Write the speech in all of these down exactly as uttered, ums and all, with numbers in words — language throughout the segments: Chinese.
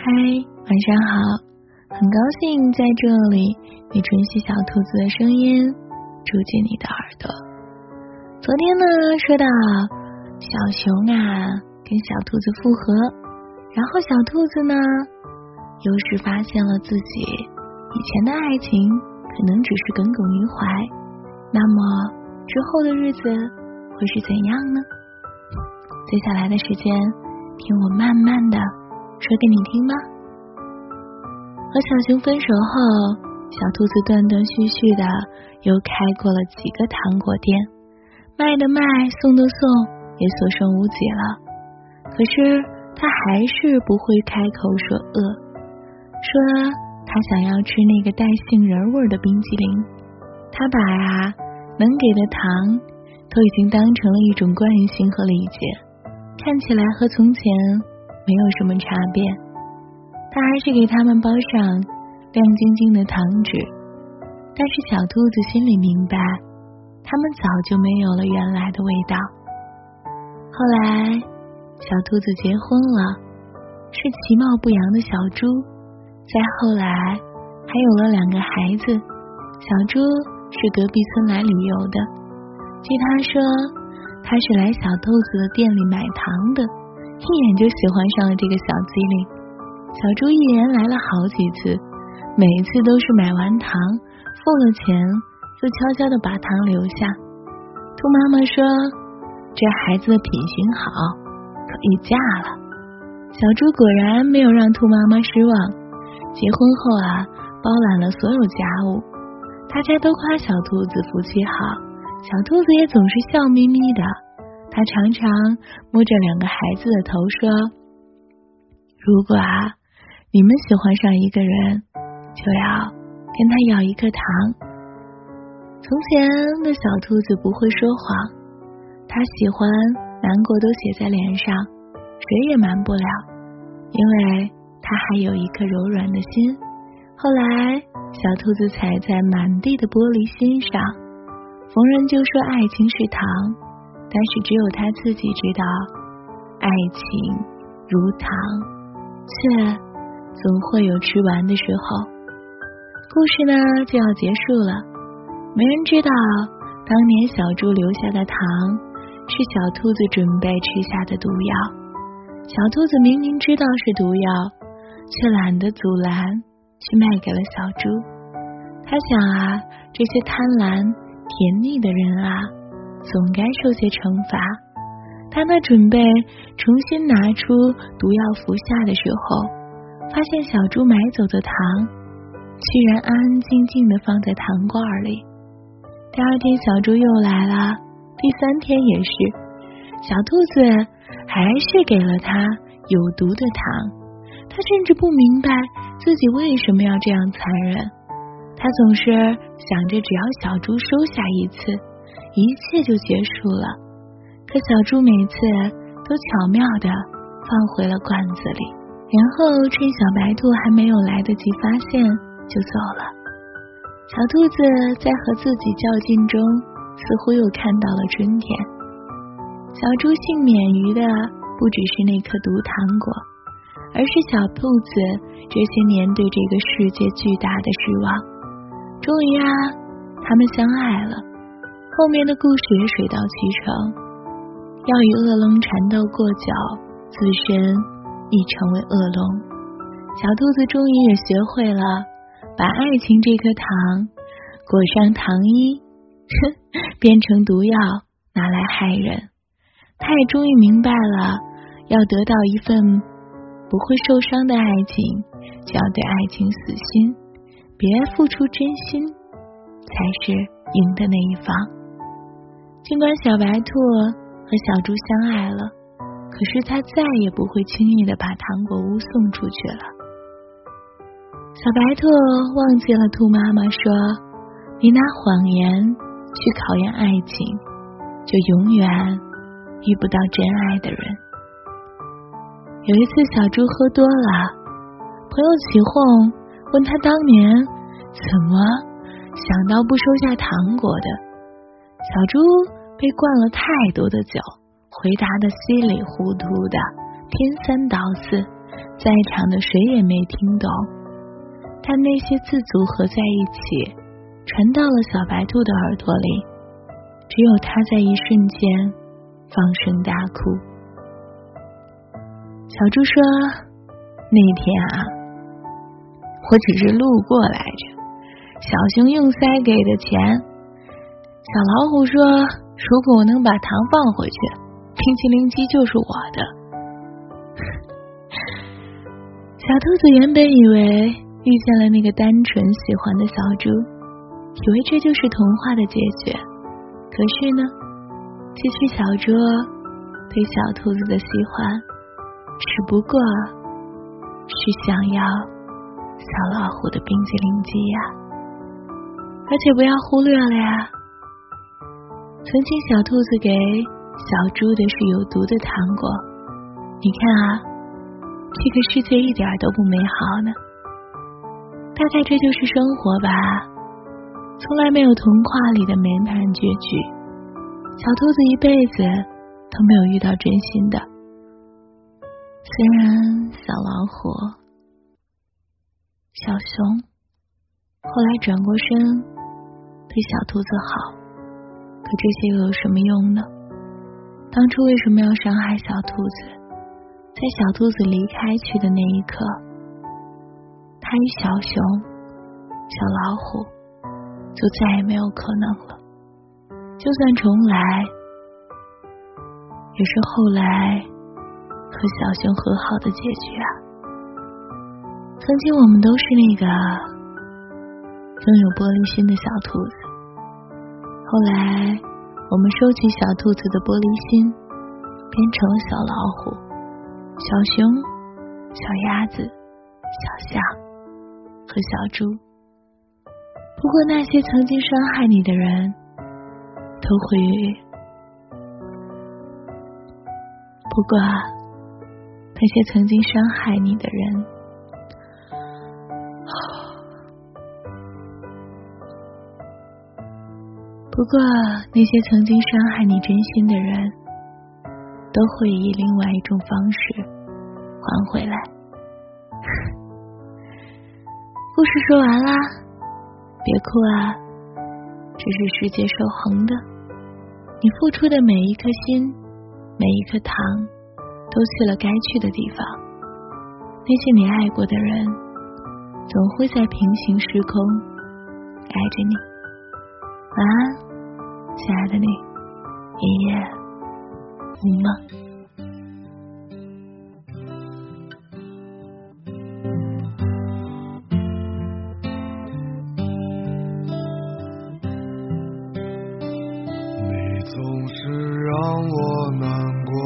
嗨，晚上好，很高兴在这里与晨曦小兔子的声音住进你的耳朵。昨天呢，说到小熊啊跟小兔子复合，然后小兔子呢又是发现了自己以前的爱情可能只是耿耿于怀，那么之后的日子会是怎样呢？接下来的时间听我慢慢的说给你听吧。和小熊分手后，小兔子断断续续的又开过了几个糖果店，卖的卖，送的送，也所剩无几了。可是他还是不会开口说饿，说他想要吃那个带杏仁味的冰淇淋。他把啊能给的糖都已经当成了一种惯性和礼节，看起来和从前没有什么差别。他还是给他们包上亮晶晶的糖纸，但是小兔子心里明白，他们早就没有了原来的味道。后来小兔子结婚了，是其貌不扬的小猪，再后来还有了两个孩子。小猪是隔壁村来旅游的，据他说他是来小兔子的店里买糖的，一眼就喜欢上了这个小机灵。小猪一连来了好几次，每一次都是买完糖付了钱就悄悄地把糖留下。兔妈妈说这孩子的品行好，可以嫁了。小猪果然没有让兔妈妈失望，结婚后啊包揽了所有家务，大家都夸小兔子福气好，小兔子也总是笑眯眯的。他常常摸着两个孩子的头说，如果啊你们喜欢上一个人，就要跟他要一颗糖。从前的小兔子不会说谎，他喜欢难过都写在脸上，谁也瞒不了，因为他还有一颗柔软的心。后来小兔子踩在满地的玻璃心上，逢人就说爱情是糖，但是只有他自己知道，爱情如糖，却总会有吃完的时候。故事呢就要结束了，没人知道当年小猪留下的糖是小兔子准备吃下的毒药。小兔子明明知道是毒药，却懒得阻拦，去卖给了小猪。他想啊，这些贪婪甜腻的人啊，总该受些惩罚。他那准备重新拿出毒药服下的时候，发现小猪买走的糖居然安安静静地放在糖罐里。第二天小猪又来了，第三天也是，小兔子还是给了他有毒的糖。他甚至不明白自己为什么要这样残忍，他总是想着只要小猪收下一次，一切就结束了。可小猪每次都巧妙地放回了罐子里，然后趁小白兔还没有来得及发现就走了。小兔子在和自己较劲中，似乎又看到了春天。小猪幸免于的不只是那颗毒糖果，而是小兔子这些年对这个世界巨大的失望。终于啊，他们相爱了，后面的故事也水到渠成。要与恶龙缠斗过久，自身亦成为恶龙。小兔子终于也学会了把爱情这颗糖裹上糖衣，变成毒药拿来害人。他也终于明白了，要得到一份不会受伤的爱情，就要对爱情死心，别付出真心，才是赢的那一方。尽管小白兔和小猪相爱了，可是他再也不会轻易的把糖果屋送出去了。小白兔忘记了兔妈妈说，你拿谎言去考验爱情，就永远遇不到真爱的人。有一次小猪喝多了，朋友起哄问他当年怎么想到不收下糖果的。小猪被灌了太多的酒，回答的稀里糊涂的，颠三倒四， 在场的谁也没听懂，但那些字组合在一起，传到了小白兔的耳朵里，只有它在一瞬间放声大哭。小猪说，那天啊，我只是路过来着，小熊用塞给的钱。小老虎说，如果我能把糖放回去，冰淇淋机就是我的。小兔子原本以为遇见了那个单纯喜欢的小猪，以为这就是童话的结局。可是呢，其实小猪对小兔子的喜欢只不过是想要小老虎的冰淇淋机呀。而且不要忽略了呀，曾经小兔子给小猪的是有毒的糖果，你看啊，这个世界一点都不美好呢。大概这就是生活吧，从来没有童话里的美满结局。小兔子一辈子都没有遇到真心的，虽然小老虎、小熊后来转过身对小兔子好，可这些又有什么用呢？当初为什么要伤害小兔子？在小兔子离开去的那一刻，它与小熊、小老虎就再也没有可能了。就算重来，也是后来和小熊和好的结局啊。曾经我们都是那个拥有玻璃心的小兔子，后来我们收集小兔子的玻璃心，变成了小老虎、小熊、小鸭子、小象和小猪。不过那些曾经伤害你的人都会不过那些曾经伤害你的人不过那些曾经伤害你真心的人都会以另外一种方式还回来。故事说完啦，别哭啊，这是世界守恒的，你付出的每一颗心，每一颗糖都去了该去的地方。那些你爱过的人总会在平行时空爱着你。晚安，亲爱的你，一夜无梦。 总是让我难过，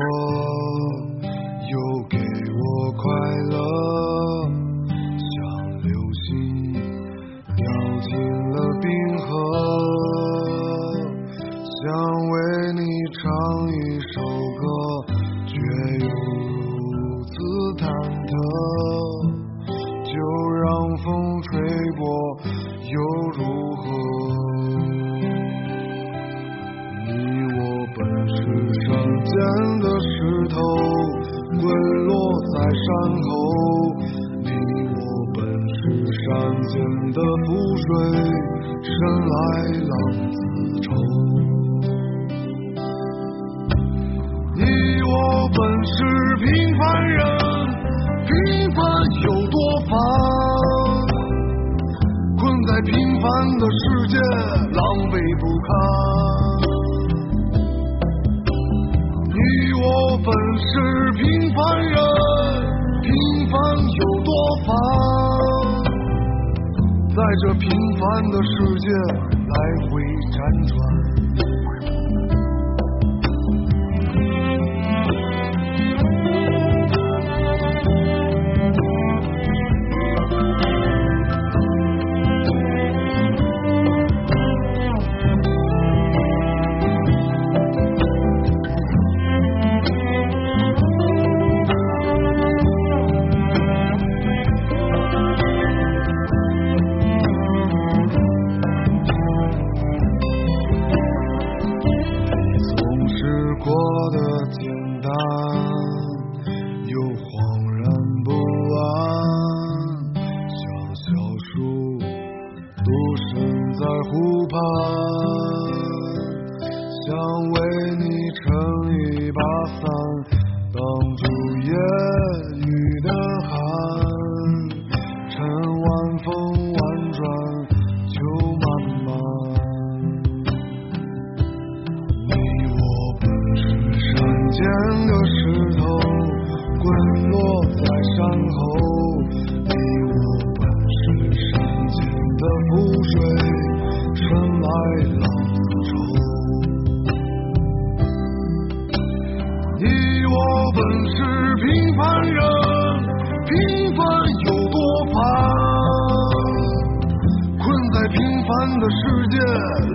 又给我快乐，像流星掉进了冰河，想为你唱一首歌，却又如此忐忑，就让风吹过又如何，上捡的石头滚落在山口，你我本是山间的浮水，深来浪自愁。你我本是平凡人，平凡有多烦，困在平凡的世界，狼狈不堪。你我本是平凡人，平凡有多烦，在这平凡的世界来回辗转。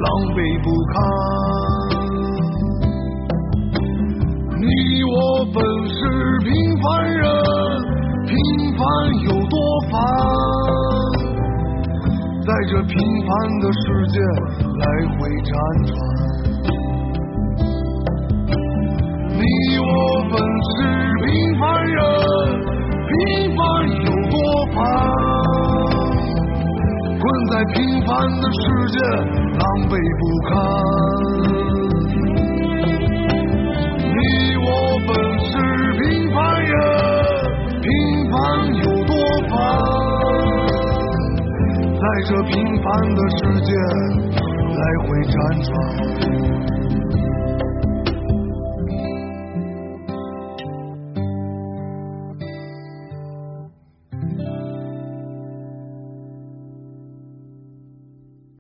狼狈不堪。你我本是平凡人，平凡有多烦，在这平凡的世界来回辗转。你我本是平凡人，平凡有多烦，困在平凡的世界狼狈不堪。你我本是平凡人，平凡有多烦，在这平凡的世界来回辗转。